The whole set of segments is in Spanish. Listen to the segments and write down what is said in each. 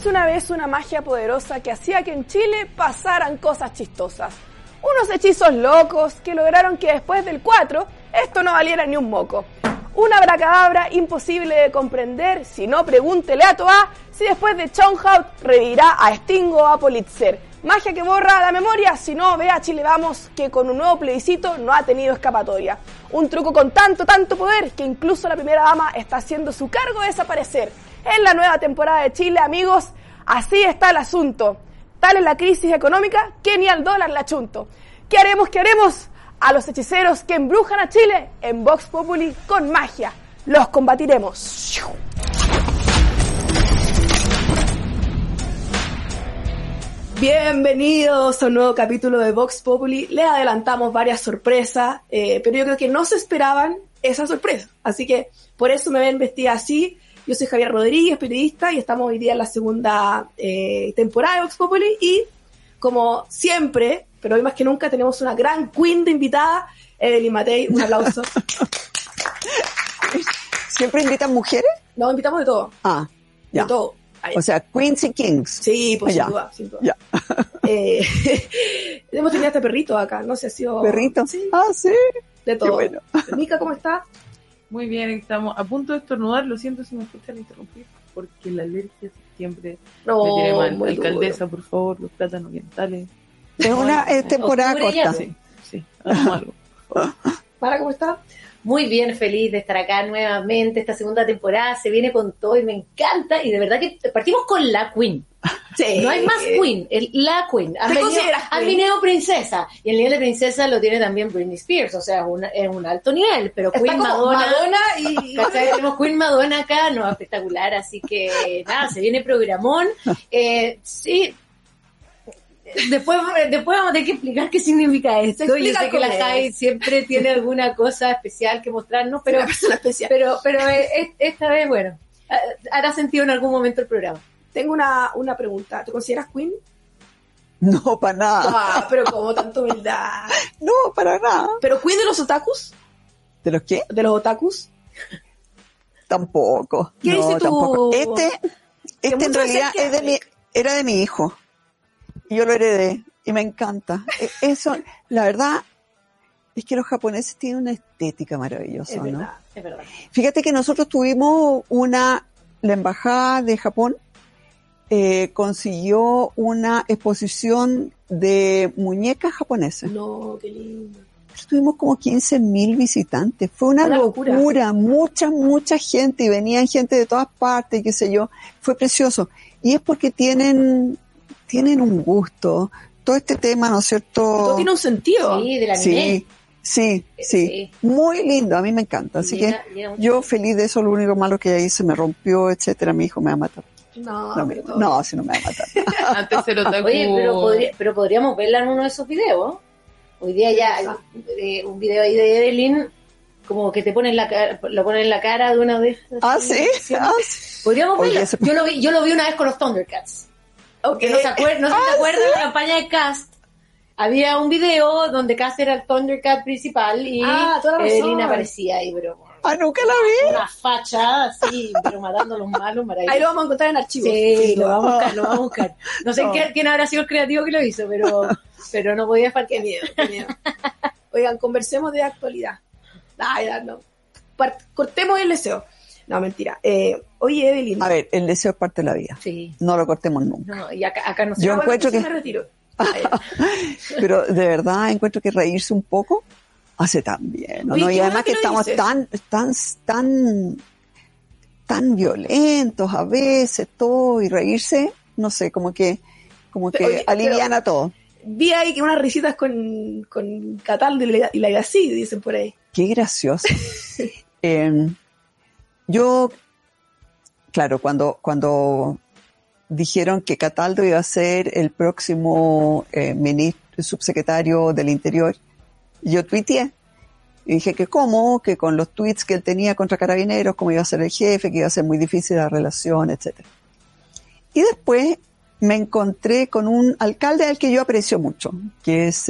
Érase una vez una magia poderosa que hacía que en Chile pasaran cosas chistosas. Unos hechizos locos que lograron que después del 4 esto no valiera ni un moco. Una abracadabra imposible de comprender, si no pregúntele a Toa si después de Chonhout revivirá a Stingo o a Politzer. Magia que borra la memoria, si no ve a Chile Vamos que con un nuevo plebiscito no ha tenido escapatoria. Un truco con tanto poder que incluso la primera dama está haciendo su cargo de desaparecer. En la nueva temporada de Chile, amigos, así está el asunto. Tal es la crisis económica que ni al dólar la achunto. ¿Qué haremos? A los hechiceros que embrujan a Chile en Vox Populi con magia. Los combatiremos. Bienvenidos a un nuevo capítulo de Vox Populi. Les adelantamos varias sorpresas, pero yo creo que no se esperaban esa sorpresa. Así que por eso me ven vestida así. Yo soy Javier Rodríguez, periodista, y estamos hoy día en la segunda temporada de Vox Populi. Y como siempre, pero hoy más que nunca, tenemos una gran queen de invitada, Evelyn Matei. Un aplauso. ¿Siempre invitan mujeres? No, invitamos de todo. Ah, ya. De todo. O sea, queens y kings. Sí, pues ya. sin duda. Ya. Hemos tenido este perrito acá, no sé si ha sido... ¿Perrito? Sí. Ah, sí. De todo. Qué bueno. Mica, ¿cómo estás? Muy bien, estamos a punto de estornudar, lo siento si me escuchan interrumpir, porque la alergia siempre me tiene mal. Alcaldesa, por favor, los plátanos orientales. Es una temporada corta. Sí, hagamos algo. Mara, ¿cómo estás? Muy bien, feliz de estar acá nuevamente. Esta segunda temporada se viene con todo y me encanta. Y de verdad que partimos con la Queen. Sí. No hay más Queen, la Queen. Han venido princesa. Y el nivel de princesa lo tiene también Britney Spears. O sea, es un alto nivel. Pero está Queen Madonna y... ¿cachai? Tenemos Queen Madonna acá, no, espectacular. Así que nada, se viene programón. Sí. Después vamos a tener que explicar qué significa esto. Yo sé que la Jai siempre tiene alguna cosa especial que mostrarnos, pero esta vez, bueno, hará sentido en algún momento el programa. Tengo una pregunta. ¿Te consideras queen? No, para nada. Ah, pero como tanta humildad. No, para nada. ¿Pero queen de los otakus? ¿De los qué? ¿De los otakus? Tampoco. ¿Qué no, dice tú? Tampoco. Este en realidad era de mi hijo. Y yo lo heredé y me encanta. Eso, la verdad, es que los japoneses tienen una estética maravillosa, ¿no? Verdad, es verdad. Fíjate que nosotros tuvimos la embajada de Japón consiguió una exposición de muñecas japonesas. No, qué lindo. Tuvimos como 15,000 visitantes. Fue una locura. Mucha gente, y venían gente de todas partes, qué sé yo. Fue precioso. Y es porque tienen un gusto, todo este tema, ¿no es cierto? Todo tiene un sentido. Sí, de la niñez. Sí. Muy lindo, a mí me encanta. Así que yo feliz de eso. Lo único malo que ahí se me rompió, etcétera. Mi hijo me va a matar. No, si no me va a matar. Antes el otaku... Oye, pero podríamos verla en uno de esos videos. Hoy día ya un video ahí de Evelyn, como que te ponen lo ponen en la cara de una vez. ¿Sí? Podríamos verla. Yo lo vi una vez con los Thundercats. Okay. No se acuerdan de la campaña de Cast. Había un video donde Cast era el Thundercat principal y Evelyn aparecía ahí, pero... nunca la vi. Una facha así, pero matando a los malos, maravilloso. Ahí lo vamos a encontrar en archivos. Sí, lo vamos a buscar. No sé quién habrá sido el creativo que lo hizo, pero no podía faltar. Qué miedo. Oigan, conversemos de actualidad. No. Cortemos el deseo. No, mentira. Oye, Evelyn. A ver, el deseo es parte de la vida. Sí. No lo cortemos nunca. No, y acá no se... Yo encuentro que... me retiro. Pero de verdad encuentro que reírse un poco hace tan bien, ¿no? Oye, Y además que estamos tan violentos a veces, todo, y reírse, no sé, como que aliviana todo. Vi ahí que unas risitas con Cataldo y la Gassi, dicen por ahí. Qué gracioso. Yo, claro, cuando dijeron que Cataldo iba a ser el próximo subsecretario del Interior, yo tuiteé y dije que que con los tweets que él tenía contra Carabineros, cómo iba a ser el jefe, que iba a ser muy difícil la relación, etcétera. Y después me encontré con un alcalde al que yo aprecio mucho, que es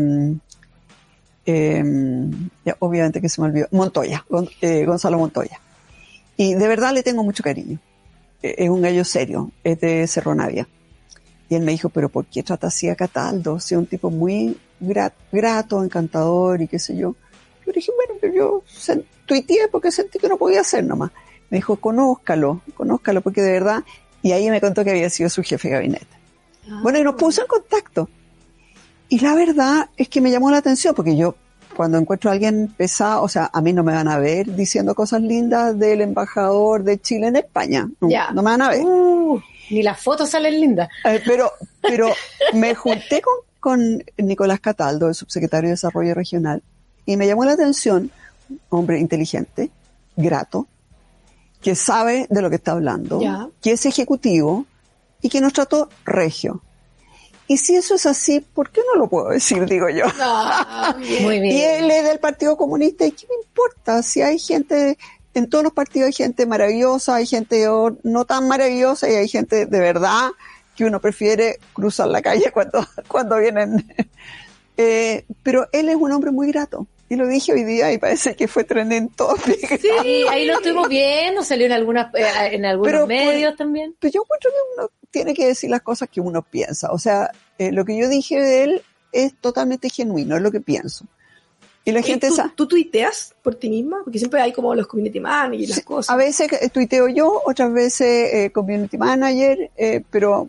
obviamente que se me olvidó, Montoya, Gonzalo Montoya. Y de verdad le tengo mucho cariño. es un gallo serio, es de Cerro Navia. Y él me dijo, pero ¿por qué trata así a Cataldo? Si es un tipo muy grato, encantador y qué sé yo. Yo le dije, bueno, pero yo tuiteé porque sentí que no podía hacer nomás. Me dijo, conózcalo, porque de verdad... Y ahí me contó que había sido su jefe de gabinete. Bueno, y nos puso en contacto. Y la verdad es que me llamó la atención, porque yo, cuando encuentro a alguien pesado, o sea, a mí no me van a ver diciendo cosas lindas del embajador de Chile en España. No, no me van a ver. Ni las fotos salen lindas. Pero me junté con Nicolás Cataldo, el subsecretario de Desarrollo Regional, y me llamó la atención, hombre inteligente, grato, que sabe de lo que está hablando, que es ejecutivo y que nos trató regio. Y si eso es así, ¿por qué no lo puedo decir, digo yo? Muy bien. Y él es del Partido Comunista, ¿y qué me importa? Si hay gente, en todos los partidos hay gente maravillosa, hay gente no tan maravillosa y hay gente de verdad que uno prefiere cruzar la calle cuando vienen. Pero él es un hombre muy grato. Y lo dije hoy día y parece que fue trending topic. Sí, ahí lo estuvimos viendo, salió en algunos medios también. Pero yo encuentro que uno tiene que decir las cosas que uno piensa. O sea, lo que yo dije de él es totalmente genuino, es lo que pienso. Y la gente ¿Tú tuiteas por ti misma? Porque siempre hay como los community managers y las cosas. A veces tuiteo yo, otras veces community manager, pero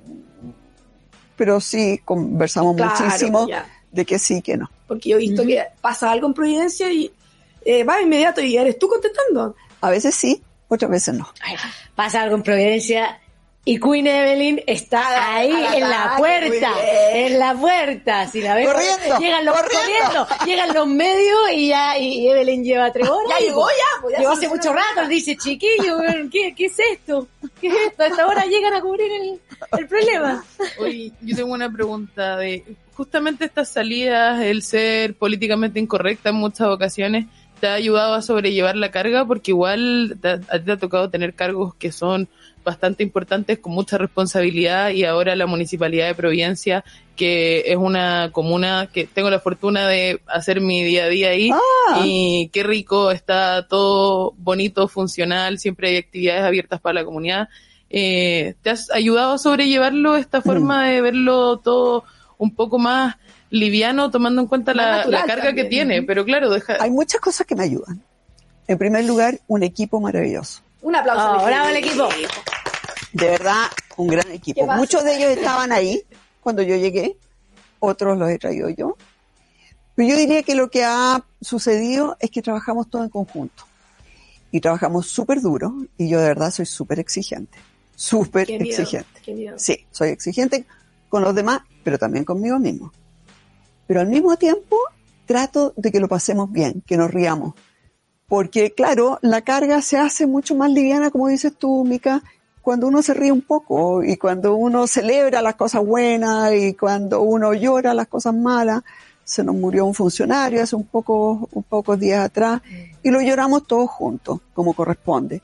sí conversamos muchísimo de que sí, que no. Porque yo he visto que pasa algo en Providencia y va inmediato y eres tú contestando. A veces sí, otras veces no. Pasa algo en Providencia y Queen Evelyn está ahí en la puerta. Si la ves, corriendo. Llegan los medios y Evelyn lleva 3 horas. Ya llegó. Llegó hace mucho rato, dice, chiquillo, ¿qué es esto? ¿Qué es esto? A esta hora llegan a cubrir el problema. Oye, yo tengo una pregunta de... Justamente estas salidas, el ser políticamente incorrecta en muchas ocasiones, ¿te ha ayudado a sobrellevar la carga? Porque igual a ti te ha tocado tener cargos que son bastante importantes, con mucha responsabilidad, y ahora la Municipalidad de Providencia, que es una comuna que tengo la fortuna de hacer mi día a día ahí, y qué rico, está todo bonito, funcional, siempre hay actividades abiertas para la comunidad. ¿Te has ayudado a sobrellevarlo, esta forma de verlo todo un poco más liviano, tomando en cuenta la carga también que tiene? Pero claro, hay muchas cosas que me ayudan. En primer lugar, un equipo maravilloso. Un aplauso. Bravo el equipo. De verdad, un gran equipo. Muchos de ellos estaban ahí cuando yo llegué, otros los he traído yo. Pero yo diría que lo que ha sucedido es que trabajamos todos en conjunto. Y trabajamos súper duro, y yo de verdad soy súper exigente. Súper exigente. Qué miedo. Sí, soy exigente con los demás, pero también conmigo mismo. Pero al mismo tiempo trato de que lo pasemos bien, que nos riamos. Porque claro, la carga se hace mucho más liviana, como dices tú, Mica, cuando uno se ríe un poco, y cuando uno celebra las cosas buenas, y cuando uno llora las cosas malas. Se nos murió un funcionario hace pocos días atrás, y lo lloramos todos juntos, como corresponde.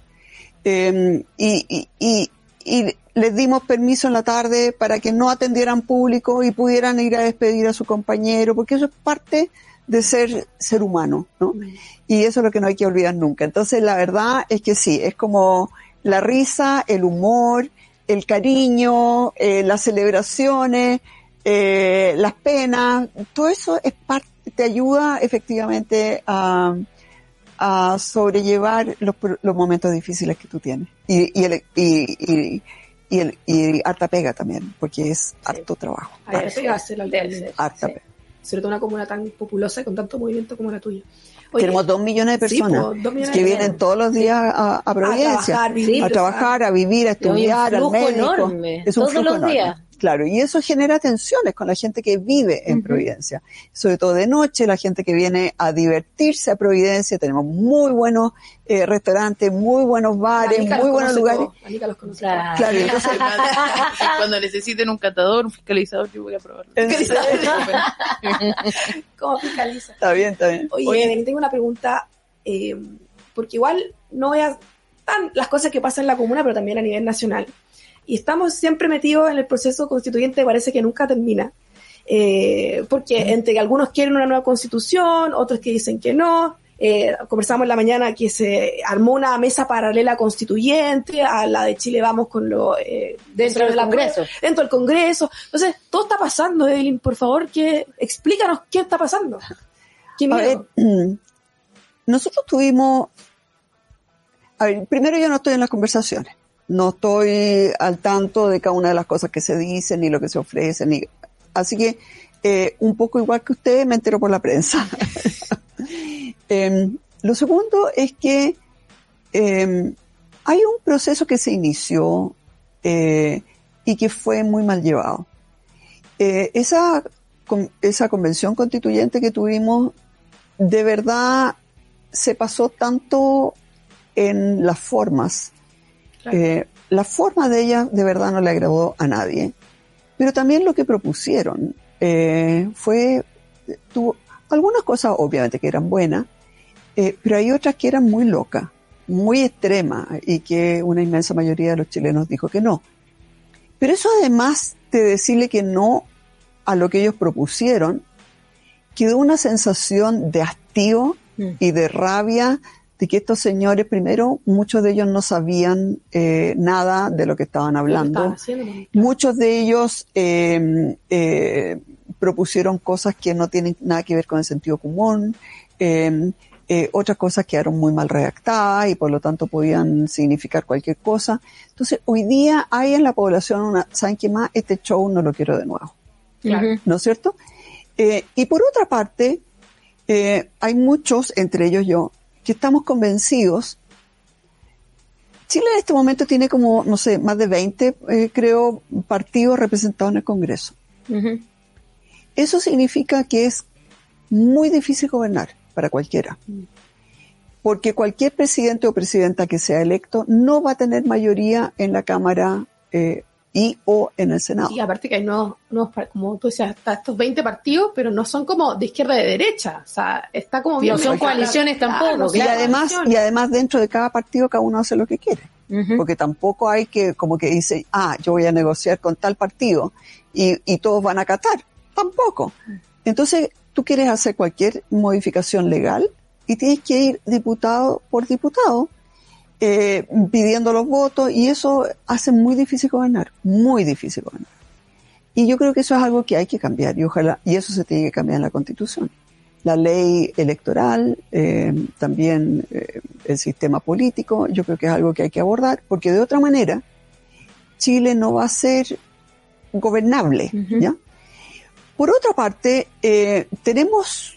Y les dimos permiso en la tarde para que no atendieran público y pudieran ir a despedir a su compañero, porque eso es parte de ser humano, ¿no? Y eso es lo que no hay que olvidar nunca. Entonces, la verdad es que sí, es como la risa, el humor, el cariño, las celebraciones, las penas, todo eso es parte, te ayuda efectivamente a sobrellevar los momentos difíciles que tú tienes. Y harta pega también, porque es harto trabajo. Harta pega. Sobre todo una comuna tan populosa y con tanto movimiento como la tuya. Oye, tenemos 2 millones de personas que vienen todos los días a Providencia, a trabajar, a vivir, a estudiar, al médico. Enorme. Es un todos flujo los enorme. días. Claro, y eso genera tensiones con la gente que vive en Providencia. Sobre todo de noche, la gente que viene a divertirse a Providencia. Tenemos muy buenos restaurantes, muy buenos bares, muy buenos lugares. Claro, entonces, cuando necesiten un catador, un fiscalizador, yo voy a probarlo. ¿Cómo fiscaliza? Está bien. Oye, tengo una pregunta, porque igual no veas las cosas que pasan en la comuna, pero también a nivel nacional. Y estamos siempre metidos en el proceso constituyente, parece que nunca termina. Porque entre algunos quieren una nueva constitución, otros que dicen que no, conversamos en la mañana que se armó una mesa paralela constituyente a la de Chile Vamos con lo dentro del Congreso. Dentro del Congreso. Entonces, todo está pasando, Evelyn, por favor, explícanos qué está pasando. ¿Qué miedo? A ver, nosotros tuvimos... A ver, primero yo no estoy en las conversaciones. No estoy al tanto de cada una de las cosas que se dicen, ni lo que se ofrece, así que un poco igual que usted, me entero por la prensa. Lo segundo es que hay un proceso que se inició y que fue muy mal llevado. Esa convención constituyente que tuvimos, de verdad se pasó tanto en las formas. Claro. La forma de ella de verdad no le agradó a nadie, pero también lo que propusieron tuvo algunas cosas obviamente que eran buenas, pero hay otras que eran muy locas, muy extremas, y que una inmensa mayoría de los chilenos dijo que no. Pero eso, además de decirle que no a lo que ellos propusieron, quedó una sensación de hastío y de rabia, de que estos señores, primero, muchos de ellos no sabían nada de lo que estaban hablando. Muchos de ellos propusieron cosas que no tienen nada que ver con el sentido común. Otras cosas quedaron muy mal redactadas y por lo tanto podían significar cualquier cosa. Entonces, hoy día hay en la población ¿saben qué más? Este show no lo quiero de nuevo. Claro. ¿No es cierto? Y por otra parte, hay muchos, entre ellos yo, que estamos convencidos. Chile en este momento tiene como, no sé, más de 20, creo, partidos representados en el Congreso. Uh-huh. Eso significa que es muy difícil gobernar para cualquiera. Porque cualquier presidente o presidenta que sea electo no va a tener mayoría en la Cámara o en el Senado. Y aparte que hay nuevos, como tú decías, hasta estos 20 partidos, pero no son como de izquierda y de derecha. O sea, está como bien. No son coaliciones tampoco. Claro, y además dentro de cada partido cada uno hace lo que quiere. Uh-huh. Porque tampoco hay que, como que dice, yo voy a negociar con tal partido y todos van a acatar. Tampoco. Entonces, tú quieres hacer cualquier modificación legal y tienes que ir diputado por diputado pidiendo los votos, y eso hace muy difícil gobernar, muy difícil gobernar. Y yo creo que eso es algo que hay que cambiar, y ojalá, y eso se tiene que cambiar en la Constitución. La ley electoral, también el sistema político, yo creo que es algo que hay que abordar, porque de otra manera Chile no va a ser gobernable, uh-huh. ¿Ya? Por otra parte, tenemos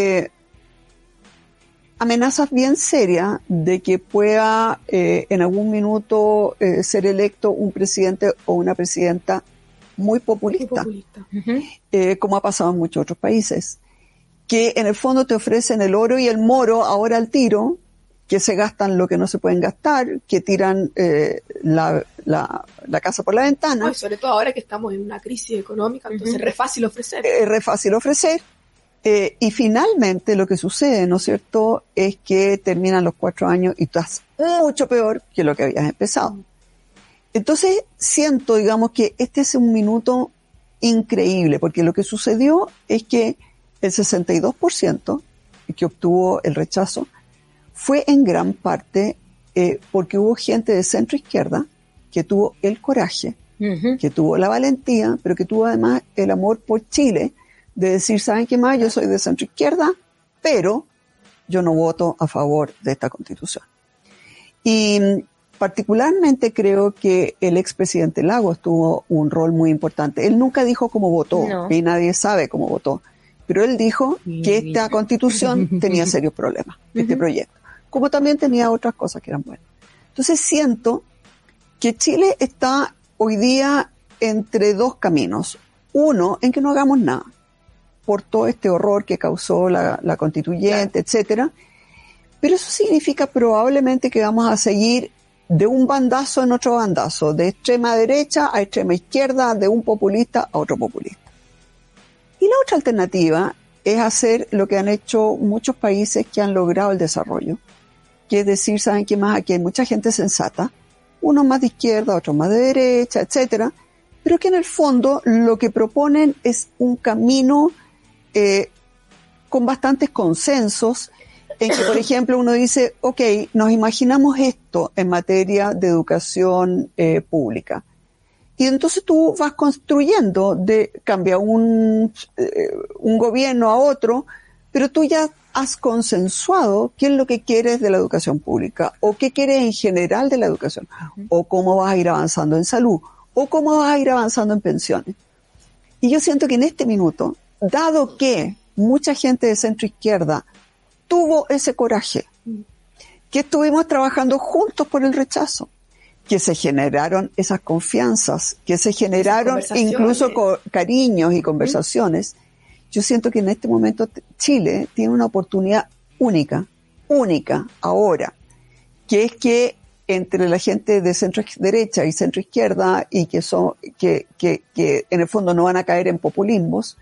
amenazas bien serias de que pueda en algún minuto ser electo un presidente o una presidenta muy populista. Uh-huh. Como ha pasado en muchos otros países, que en el fondo te ofrecen el oro y el moro ahora al tiro, que se gastan lo que no se pueden gastar, que tiran la casa por la ventana. No, y sobre todo ahora que estamos en una crisis económica, entonces es re fácil ofrecer. Re fácil ofrecer. Y finalmente lo que sucede, ¿no es cierto?, es que terminan los 4 años y estás mucho peor que lo que habías empezado. Entonces siento, digamos, que este es un minuto increíble, porque lo que sucedió es que el 62% que obtuvo el rechazo fue en gran parte porque hubo gente de centro izquierda que tuvo el coraje, uh-huh. que tuvo la valentía, pero que tuvo además el amor por Chile, de decir, ¿saben qué más? Yo soy de centro izquierda, pero yo no voto a favor de esta Constitución. Y particularmente creo que el expresidente Lagos tuvo un rol muy importante. Él nunca dijo cómo votó, y nadie sabe cómo votó, pero él dijo que esta Constitución tenía serios problemas, este proyecto, como también tenía otras cosas que eran buenas. Entonces siento que Chile está hoy día entre dos caminos. Uno, en que no hagamos nada por todo este horror que causó la constituyente, etcétera. Pero eso significa probablemente que vamos a seguir de un bandazo en otro bandazo, de extrema derecha a extrema izquierda, de un populista a otro populista. Y la otra alternativa es hacer lo que han hecho muchos países que han logrado el desarrollo, que es decir, ¿saben qué más? Aquí hay mucha gente sensata, unos más de izquierda, otros más de derecha, etcétera, pero que en el fondo lo que proponen es un camino con bastantes consensos en que, por ejemplo, uno dice, ok, nos imaginamos esto en materia de educación pública. Y entonces tú vas construyendo, cambia un gobierno a otro, pero tú ya has consensuado qué es lo que quieres de la educación pública, o qué quieres en general de la educación, o cómo vas a ir avanzando en salud, o cómo vas a ir avanzando en pensiones. Y yo siento que en este minuto, dado que mucha gente de centro izquierda tuvo ese coraje, que estuvimos trabajando juntos por el rechazo, que se generaron esas confianzas, que se generaron incluso cariños y conversaciones, yo siento que en este momento Chile tiene una oportunidad única ahora, que es que entre la gente de centro derecha y centro izquierda, y que en el fondo no van a caer en populismos,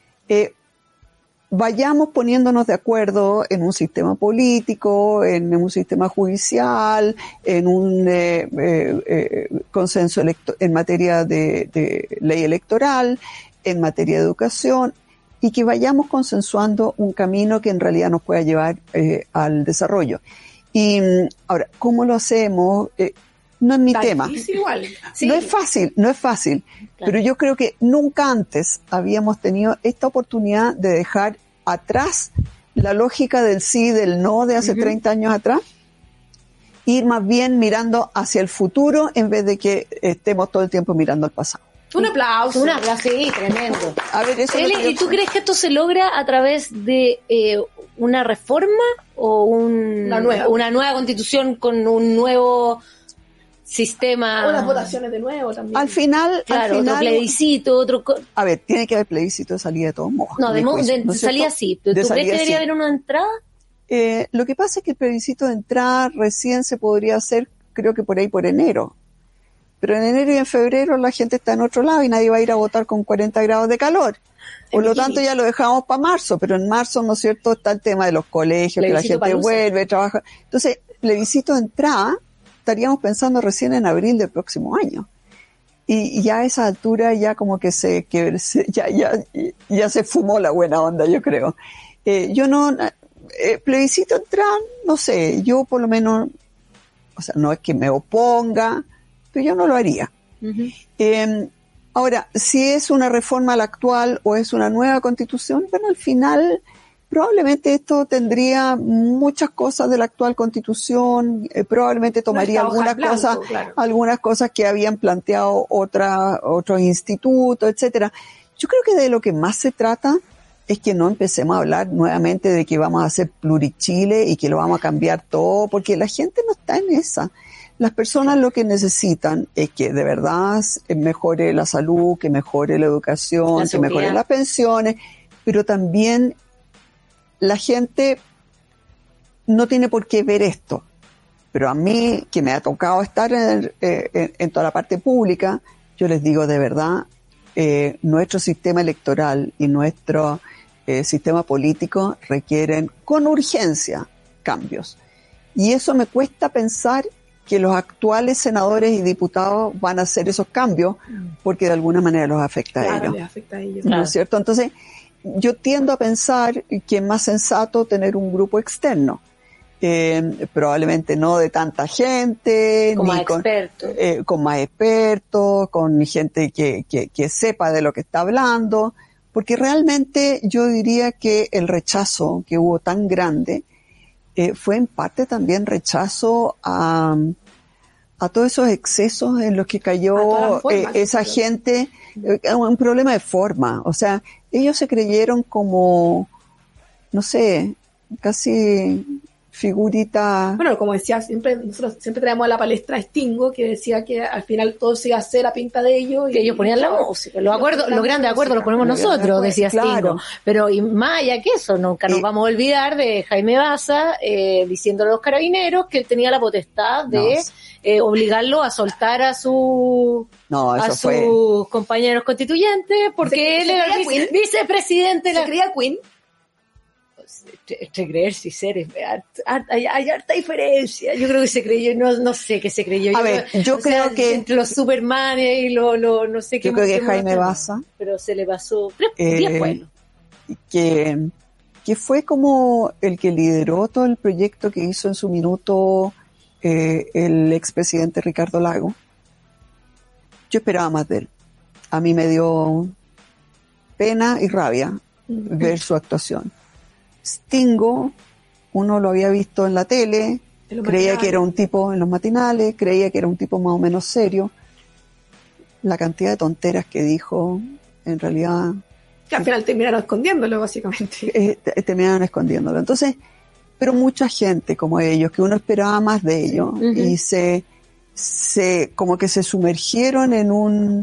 vayamos poniéndonos de acuerdo en un sistema político, en un sistema judicial, en un consenso en materia de ley electoral, en materia de educación, y que vayamos consensuando un camino que en realidad nos pueda llevar al desarrollo. Y ahora, ¿cómo lo hacemos? No es mi tema. Igual. Sí. No es fácil, claro. Pero yo creo que nunca antes habíamos tenido esta oportunidad de dejar atrás la lógica del sí y del no de hace 30 años atrás, ir más bien mirando hacia el futuro en vez de que estemos todo el tiempo mirando al pasado. Un aplauso. Sí, tremendo. A ver, eso ¿Y tú crees que esto se logra a través de una reforma o una nueva constitución con un nuevo sistema? O las votaciones de nuevo también. Al final, otro plebiscito, A ver, tiene que haber plebiscito de salida de todos modos. No, de salida sí. ¿Tú crees que debería haber una entrada? Lo que pasa es que el plebiscito de entrada recién se podría hacer, creo que por ahí por enero. Pero en enero y en febrero la gente está en otro lado y nadie va a ir a votar con 40 grados de calor. Por lo tanto, ya lo dejamos para marzo, pero en marzo, ¿no es cierto?, está el tema de los colegios, que la gente vuelve, trabaja. Entonces, plebiscito de entrada, estaríamos pensando recién en abril del próximo año. Y ya a esa altura ya como que ya se fumó la buena onda, yo creo. Plebiscito de entrada, no sé, yo por lo menos, o sea, no es que me oponga, pero yo no lo haría. Ahora, si es una reforma a la actual o es una nueva constitución, bueno, al final probablemente esto tendría muchas cosas de la actual constitución, probablemente tomaría algunas cosas que habían planteado otros institutos, etcétera. Yo creo que de lo que más se trata es que no empecemos a hablar nuevamente de que vamos a hacer plurichile y que lo vamos a cambiar todo, porque la gente no está en esa. Las personas lo que necesitan es que de verdad mejore la salud, que mejore la educación, que mejore las pensiones, pero también la gente no tiene por qué ver esto. Pero a mí, que me ha tocado estar en toda la parte pública, yo les digo de verdad, nuestro sistema electoral y nuestro sistema político requieren con urgencia cambios. Y eso me cuesta pensar que los actuales senadores y diputados van a hacer esos cambios porque de alguna manera los afecta a ellos. Les afecta a ellos. ¿No es cierto? Entonces, yo tiendo a pensar que es más sensato tener un grupo externo. Probablemente no de tanta gente, con más expertos. Con más expertos, con gente que sepa de lo que está hablando, porque realmente yo diría que el rechazo que hubo tan grande fue en parte también rechazo a todos esos excesos en los que cayó esa gente, un problema de forma. O sea, ellos se creyeron como, no sé, casi figurita. Bueno, como decía, nosotros siempre traemos a la palestra a Stingo, que decía que al final todo se iba a hacer a pinta de ellos. Y ellos ponían la música. Los grandes acuerdos los ponemos nosotros, decía Stingo. Pero y más allá que eso, nunca nos vamos a olvidar de Jaime Baza diciéndole a los carabineros que él tenía la potestad de obligarlo a soltar a sus compañeros constituyentes, porque él era el vicepresidente. ¿Se creía Queen? Entre creerse y ser hay harta diferencia. Yo creo que se creyó, no sé qué se creyó. Yo creo que entre los Supermanes y no sé qué. Yo creo que Jaime Baza, pero se le pasó 10 pueblos. Que que fue como el que lideró todo el proyecto que hizo en su minuto el expresidente Ricardo Lagos. Yo esperaba más de él. A mí me dio pena y rabia ver su actuación. Stingo, uno lo había visto en la tele, creía que era un tipo en los matinales, creía que era un tipo más o menos serio. La cantidad de tonteras que dijo, en realidad... Que al final terminaron escondiéndolo, básicamente. Terminaron escondiéndolo. Entonces, pero mucha gente como ellos, que uno esperaba más de ellos, y como que se sumergieron en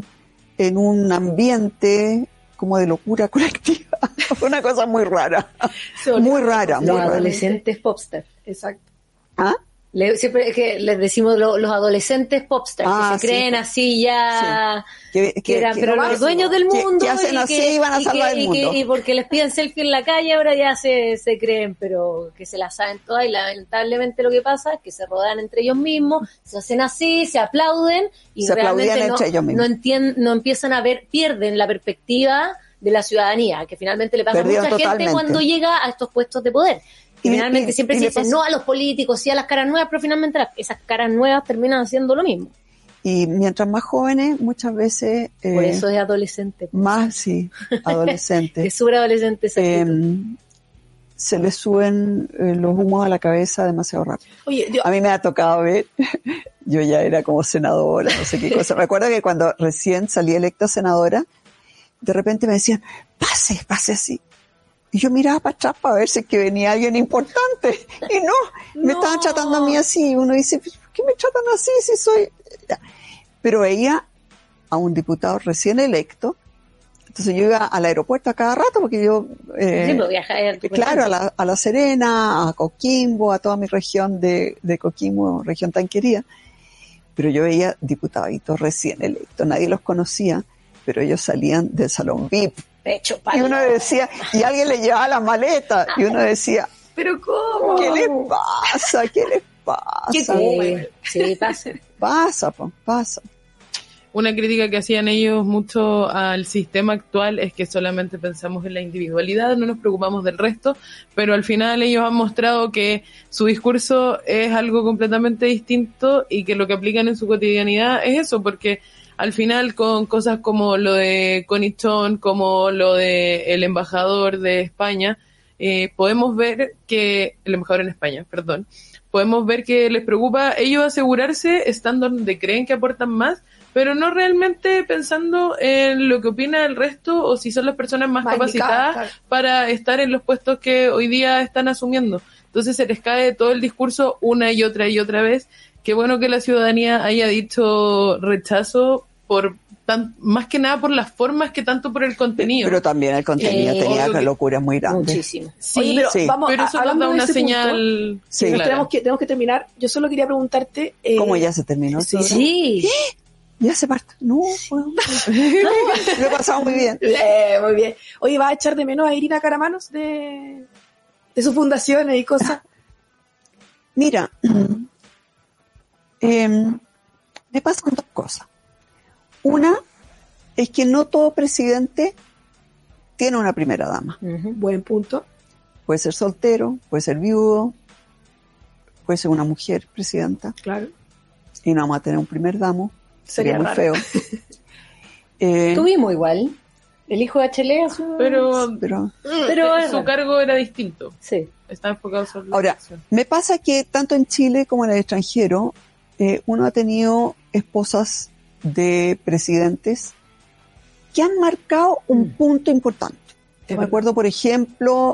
un ambiente como de locura colectiva. Una cosa muy rara. Muy rara. Los adolescentes popstar. Exacto. ¿Ah? Siempre es que les decimos los adolescentes popstars, que se creen así ya, pero los dueños del mundo, que hacen así y van a salvar el mundo. Y porque les piden selfie en la calle ahora ya se creen, pero que se la saben todas, y lamentablemente lo que pasa es que se rodean entre ellos mismos, se hacen así, se aplauden y se realmente no empiezan a ver, pierden la perspectiva de la ciudadanía, que finalmente le pasa a mucha gente cuando llega a estos puestos de poder. Finalmente siempre se dice no a los políticos, sí a las caras nuevas, pero finalmente esas caras nuevas terminan haciendo lo mismo. Y mientras más jóvenes, muchas veces... por eso es adolescente. Más, sí, adolescente. Es súper adolescente. Se les suben los humos a la cabeza demasiado rápido. Oye, a mí me ha tocado ver, yo ya era como senadora, no sé qué cosa. Me acuerdo que cuando recién salí electa senadora, de repente me decían, pase así. Y yo miraba para atrás para ver si es que venía alguien importante. Y no, me estaban tratando a mí así. Y uno dice, ¿por qué me tratan así si soy...? Pero veía a un diputado recién electo. Entonces yo iba al aeropuerto a cada rato porque yo... claro, a La Serena, a Coquimbo, a toda mi región de Coquimbo, región tan querida. Pero yo veía diputaditos recién electos. Nadie los conocía, pero ellos salían del salón VIP. Y uno decía, y alguien le llevaba la maleta, y uno decía, ¿pero cómo? ¿Qué les pasa? ¿Qué les pasa? Sí, pasa. Pasa. Una crítica que hacían ellos mucho al sistema actual es que solamente pensamos en la individualidad, no nos preocupamos del resto, pero al final ellos han mostrado que su discurso es algo completamente distinto y que lo que aplican en su cotidianidad es eso, porque al final con cosas como lo de Conichón, como lo de el embajador de España, podemos ver que, el embajador en España, perdón, podemos ver que les preocupa ellos asegurarse estando donde creen que aportan más, pero no realmente pensando en lo que opina el resto o si son las personas más capacitadas para estar en los puestos que hoy día están asumiendo. Entonces se les cae todo el discurso una y otra vez. Qué bueno que la ciudadanía haya dicho rechazo más que nada por las formas que tanto por el contenido. Pero también el contenido tenía locuras muy grandes. Muchísimo. Sí, oye, pero vamos, pero eso nos da una señal. Sí, tenemos que terminar. Yo solo quería preguntarte... ¿Cómo ya se terminó? Sí. Ya se parte. No, lo he pasado muy bien. Muy bien. Oye, ¿vas a echar de menos a Irina Caramanos de sus fundaciones y cosas? Mira, me pasan dos cosas. Una es que no todo presidente tiene una primera dama. Buen punto. Puede ser soltero, puede ser viudo, puede ser una mujer presidenta. Claro. Y no vamos a tener un primer damo. Sería muy feo. Tuvimos igual. El hijo de Bachelet pero su cargo era distinto. Sí. Estaba enfocado sobre la Ahora, me pasa que tanto en Chile como en el extranjero, uno ha tenido esposas de presidentes que han marcado un punto importante. Me acuerdo, por ejemplo,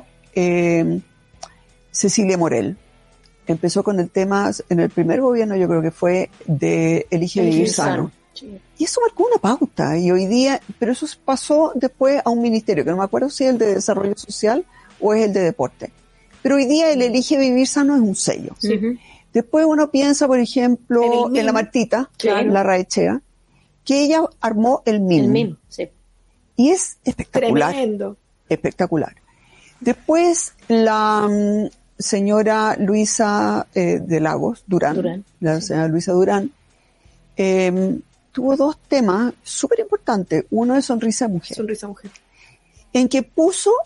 Cecilia Morel. Empezó con el tema, en el primer gobierno yo creo que fue de Elige Vivir Sano. Sí. Y eso marcó una pauta. Y hoy día, pero eso pasó después a un ministerio, que no me acuerdo si es el de Desarrollo Social o es el de Deporte. Pero hoy día el Elige Vivir Sano es un sello. Sí. Después uno piensa, por ejemplo, en la Martita, la Raechea, que ella armó el MIM. El MIM, sí. Y es espectacular. Tremendo. Espectacular. Después la señora Luisa de Lagos, Durán. La señora Luisa Durán, tuvo dos temas súper importantes. Uno es Sonrisa Mujer. Sonrisa Mujer. En que puso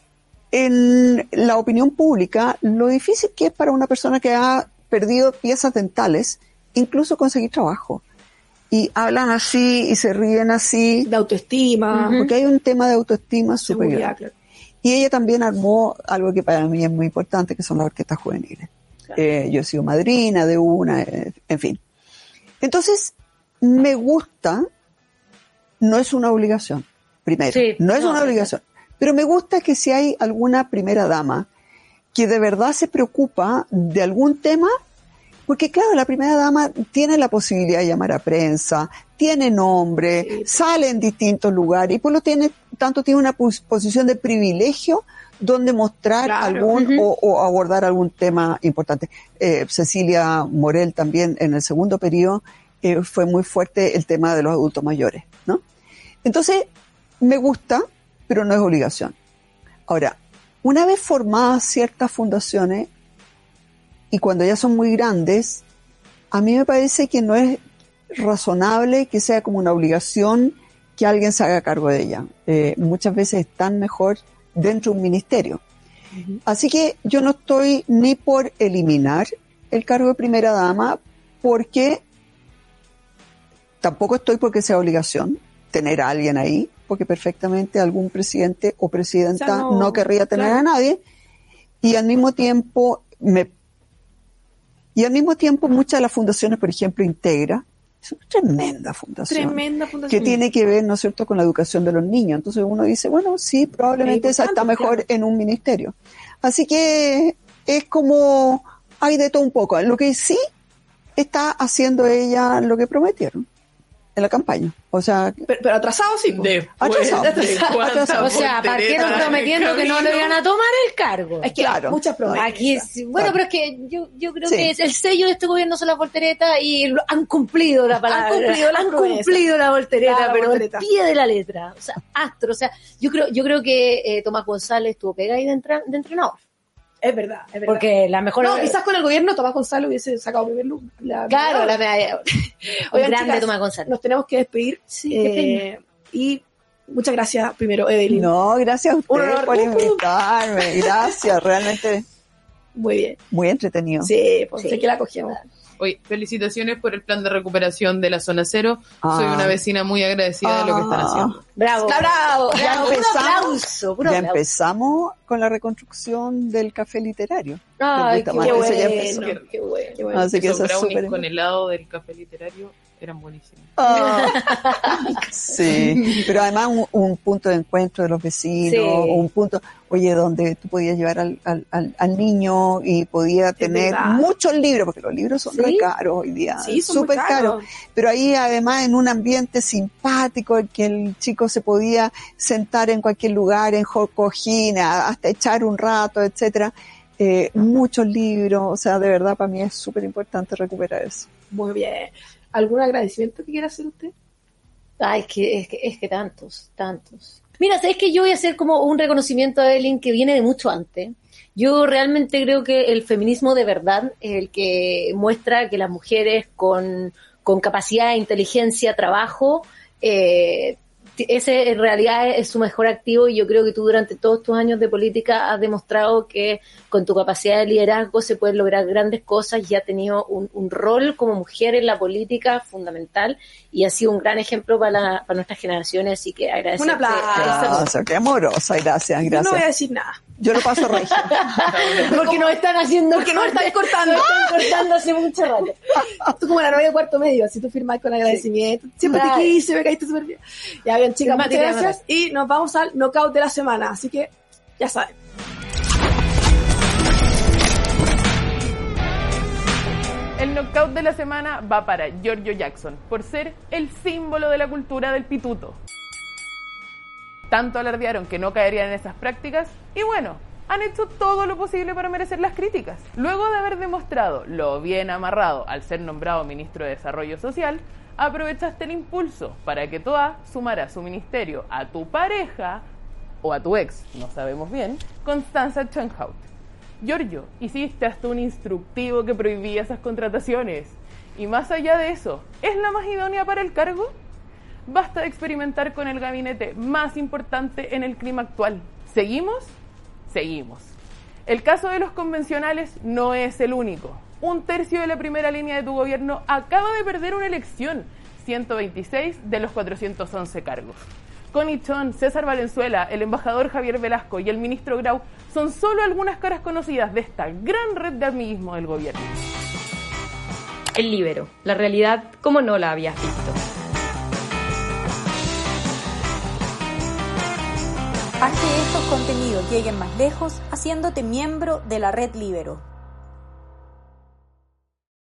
en la opinión pública lo difícil que es para una persona que ha perdido piezas dentales, incluso conseguir trabajo. Y hablan así y se ríen así. De autoestima. Porque hay un tema de autoestima superior. Seguridad, claro. Y ella también armó algo que para mí es muy importante, que son las orquestas juveniles. Claro. Yo he sido madrina de una, en fin. Entonces, me gusta, no es una obligación, primero, sí, no es una obligación, pero me gusta que si hay alguna primera dama que de verdad se preocupa de algún tema, porque claro, la primera dama tiene la posibilidad de llamar a prensa, tiene nombre, sí, sale en distintos lugares y por lo tanto tiene una posición de privilegio donde mostrar algún o abordar algún tema importante. Cecilia Morel también en el segundo periodo fue muy fuerte el tema de los adultos mayores, ¿no? Entonces, me gusta, pero no es obligación. Ahora, una vez formadas ciertas fundaciones, y cuando ya son muy grandes, a mí me parece que no es razonable que sea como una obligación que alguien se haga cargo de ella. Muchas veces están mejor dentro de un ministerio. Así que yo no estoy ni por eliminar el cargo de primera dama, porque tampoco estoy porque sea obligación tener a alguien ahí, porque perfectamente algún presidente o presidenta no querría tener a nadie, y al mismo tiempo muchas de las fundaciones, por ejemplo, Integra, es una tremenda fundación. Que tiene que ver, ¿no es cierto?, con la educación de los niños. Entonces uno dice, bueno, sí, probablemente esa está mejor en un ministerio. Así que es como, hay de todo un poco. Lo que sí está haciendo ella lo que prometieron en la campaña. O sea, pero atrasado sí. Atrasado. O sea, partieron prometiendo que no le iban a tomar el cargo. Es que claro, muchas promesas. Aquí, bueno, pero es que yo creo que el sello de este gobierno son las volteretas y han cumplido la palabra. Han cumplido la voltereta, pero al pie de la letra. O sea, astro. O sea, yo creo que Tomás González tuvo pega ahí de entrenador. Es verdad. Porque la mejor... No, quizás con el gobierno Tomás González hubiese sacado primer lugar. La medalla. Oigan, grande, chicas, Tomás González. Nos tenemos que despedir. Sí, y muchas gracias primero, Evelyn. No, gracias a usted por invitarme. Gracias, realmente. Muy bien. Muy entretenido. Sí, pues sé que la cogemos. Oye, felicitaciones por el plan de recuperación de la zona cero. Soy una vecina muy agradecida de lo que están haciendo. Bravo. Ya empezamos con la reconstrucción del café literario. Ay, qué bueno. Así que esos eso es súper. Con helado del café literario eran buenísimos. Sí, pero además un punto de encuentro de los vecinos, un punto, donde tú podías llevar al niño y podía tener muchos libros, porque los libros son re caros hoy día, súper caros, pero ahí además en un ambiente simpático en que el chico se podía sentar en cualquier lugar, en cojina, hasta echar un rato, etcétera. Muchos libros, o sea, de verdad para mí es súper importante recuperar eso. Muy bien. ¿Algún agradecimiento que quiera hacer usted? Ay, es que tantos. Mira, ¿sabes que yo voy a hacer como un reconocimiento a Evelyn que viene de mucho antes? Yo realmente creo que el feminismo de verdad es el que muestra que las mujeres con capacidad, inteligencia, trabajo, ese en realidad es su mejor activo, y yo creo que tú durante todos tus años de política has demostrado que con tu capacidad de liderazgo se pueden lograr grandes cosas, y has tenido un rol como mujer en la política fundamental, y has sido un gran ejemplo para nuestras generaciones, así que agradecerte. Un aplauso. Qué amorosa, gracias. Yo no voy a decir nada. Yo lo paso regio. Porque nos están haciendo... Porque nos están cortando. Nos están cortando hace mucho rato. Tú como la novia de cuarto medio, así tú firmás con agradecimiento. Siempre te quise, me caíste súper bien. Ya bien, chicas, muchas gracias. Y nos vamos al knockout de la semana. Así que, ya saben. El knockout de la semana va para Giorgio Jackson, por ser el símbolo de la cultura del pituto. Tanto alardearon que no caerían en esas prácticas, y bueno, han hecho todo lo posible para merecer las críticas. Luego de haber demostrado lo bien amarrado al ser nombrado ministro de Desarrollo Social, aprovechaste el impulso para que Toa sumara su ministerio a tu pareja, o a tu ex, no sabemos bien, Constanza Chenhout. Giorgio, hiciste hasta un instructivo que prohibía esas contrataciones. Y más allá de eso, ¿es la más idónea para el cargo? Basta de experimentar con el gabinete más importante en el clima actual. ¿Seguimos? Seguimos. El caso de los convencionales no es el único. 1/3 de la primera línea de tu gobierno acaba de perder una elección, 126 de los 411 cargos. Connie Chon, César Valenzuela, el embajador Javier Velasco y el ministro Grau son solo algunas caras conocidas de esta gran red de amiguismo del gobierno. El Líbero, la realidad como no la habías visto. Haz que estos contenidos lleguen más lejos haciéndote miembro de la Red Líbero.